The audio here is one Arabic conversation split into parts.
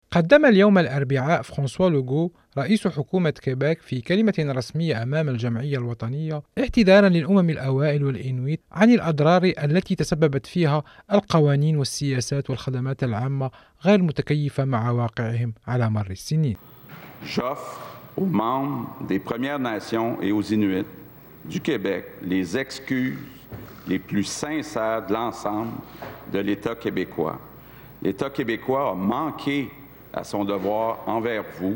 قدم اليوم الأربعاء فرانسوا لوغو رئيس حكومة كيباك في كلمة رسمية أمام الجمعية الوطنية اعتذارا للأمم الأوائل والإنويت عن الأضرار التي تسببت فيها القوانين والسياسات والخدمات العامة غير متكيفة مع واقعهم على مر السنين. J'offre aux membres des Premières Nations et aux Inuits du Québec les excuses les plus sincères de l'ensemble de l'État québécois. L'État québécois a manqué à son devoir envers vous.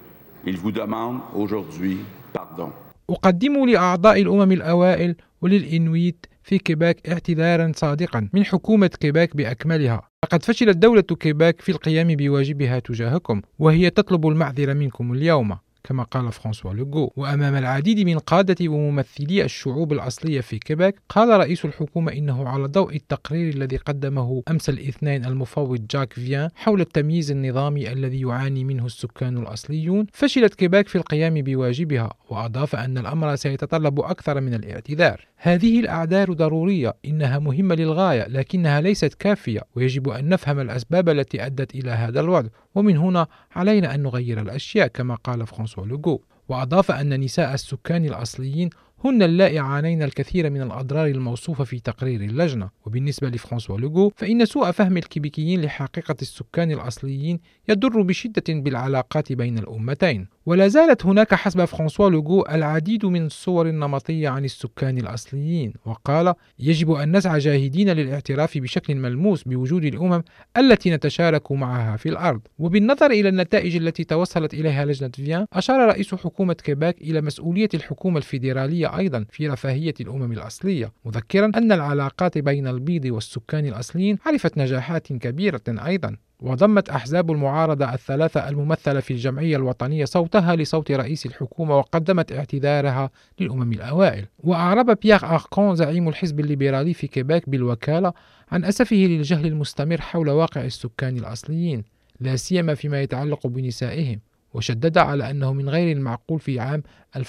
Il vous demande aujourd'hui pardon. أقدم لأعضاء الأمم الأوائل وللإنويت في كيباك اعتذارا صادقا من حكومة كيباك بأكملها. لقد فشلت دولة كيباك في القيام بواجبها تجاهكم، وهي تطلب المعذرة منكم اليوم، كما قال فرانسوا لوغو. وأمام العديد من قادة وممثلي الشعوب الأصلية في كيباك، قال رئيس الحكومة إنه على ضوء التقرير الذي قدمه أمس الاثنين المفوض جاك فيان حول التمييز النظامي الذي يعاني منه السكان الأصليون، فشلت كيباك في القيام بواجبها. وأضاف أن الأمر سيتطلب أكثر من الاعتذار. هذه الأعذار ضرورية، إنها مهمة للغاية، لكنها ليست كافية، ويجب أن نفهم الأسباب التي أدت إلى هذا الوضع، ومن هنا علينا أن نغير الأشياء، كما قال فرانسوا لوغو. وأضاف أن نساء السكان الأصليين هن اللائي عانين الكثير من الأضرار الموصوفة في تقرير اللجنة. وبالنسبة لفرانسوا لوغو، فإن سوء فهم الكيبيكيين لحقيقة السكان الأصليين يضر بشدة بالعلاقات بين الأمتين. ولا زالت هناك حسب فرانسوا لوغو العديد من الصور النمطية عن السكان الأصليين، وقال: يجب أن نسعى جاهدين للاعتراف بشكل ملموس بوجود الأمم التي نتشارك معها في الأرض. وبالنظر إلى النتائج التي توصلت إليها لجنة فيان، أشار رئيس حكومة كيباك إلى مسؤولية الحكومة الفيدرالية أيضا في رفاهية الأمم الأصلية، مذكرا أن العلاقات بين البيض والسكان الأصليين عرفت نجاحات كبيرة أيضا. وضمت أحزاب المعارضة الثلاثة الممثلة في الجمعية الوطنية صوتها لصوت رئيس الحكومة، وقدمت اعتذارها للأمم الأوائل. وأعرب بيير أركون زعيم الحزب الليبرالي في كيباك بالوكالة عن أسفه للجهل المستمر حول واقع السكان الأصليين، لا سيما فيما يتعلق بنسائهم، وشدد على أنه من غير المعقول في عام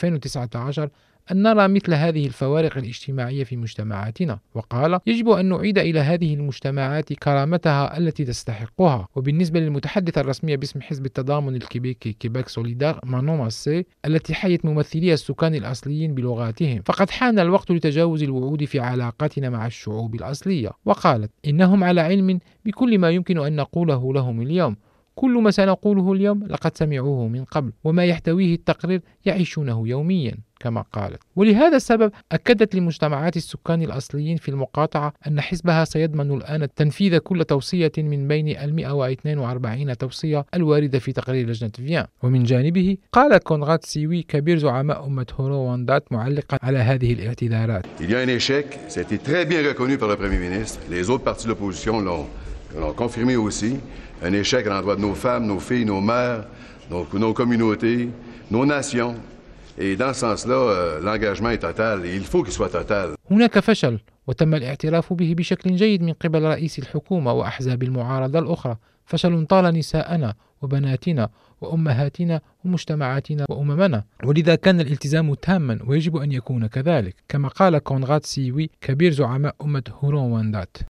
2019 أن نرى مثل هذه الفوارق الاجتماعية في مجتمعاتنا. وقال: يجب أن نعيد إلى هذه المجتمعات كرامتها التي تستحقها. وبالنسبة للمتحدثة الرسمية باسم حزب التضامن الكيبيكي كيباك سوليدار مانون ماسي، التي حيت ممثلي السكان الأصليين بلغاتهم، فقد حان الوقت لتجاوز الوعود في علاقاتنا مع الشعوب الأصلية. وقالت: إنهم على علم بكل ما يمكن أن نقوله لهم اليوم. كل ما سنقوله اليوم لقد سمعوه من قبل، وما يحتويه التقرير يعيشونه يوميا، كما قالت. ولهذا السبب أكدت لمجتمعات السكان الأصليين في المقاطعة أن حزبها سيضمن الآن تنفيذ كل توصية من بين 142 توصية الواردة في تقرير لجنة فيان. ومن جانبه قال كونغاد سيوي كبير زعماء أمة هورو واندات معلقا على هذه الاعتذارات: Il y a un échec, ça a été très bien reconnu par le Premier ministre. Les autres partis de l'opposition l'ont confirmé aussi. Un échec à l'endroit de nos femmes, nos filles, nos mères, nos communautés, nos nations. Et dans ce sens-là, l'engagement est total et il faut qu'il soit total. هناك فشل، وتم الاعتراف به بشكل جيد من قبل رئيس الحكومة وأحزاب المعارضة الأخرى. فشل طال نساءنا وبناتنا وأمهاتنا ومجتمعاتنا وأممنا، ولذا كان الالتزام تاما ويجب أن يكون كذلك، كما قال كونغاد سيوي كبير زعماء أمة هورو واندات.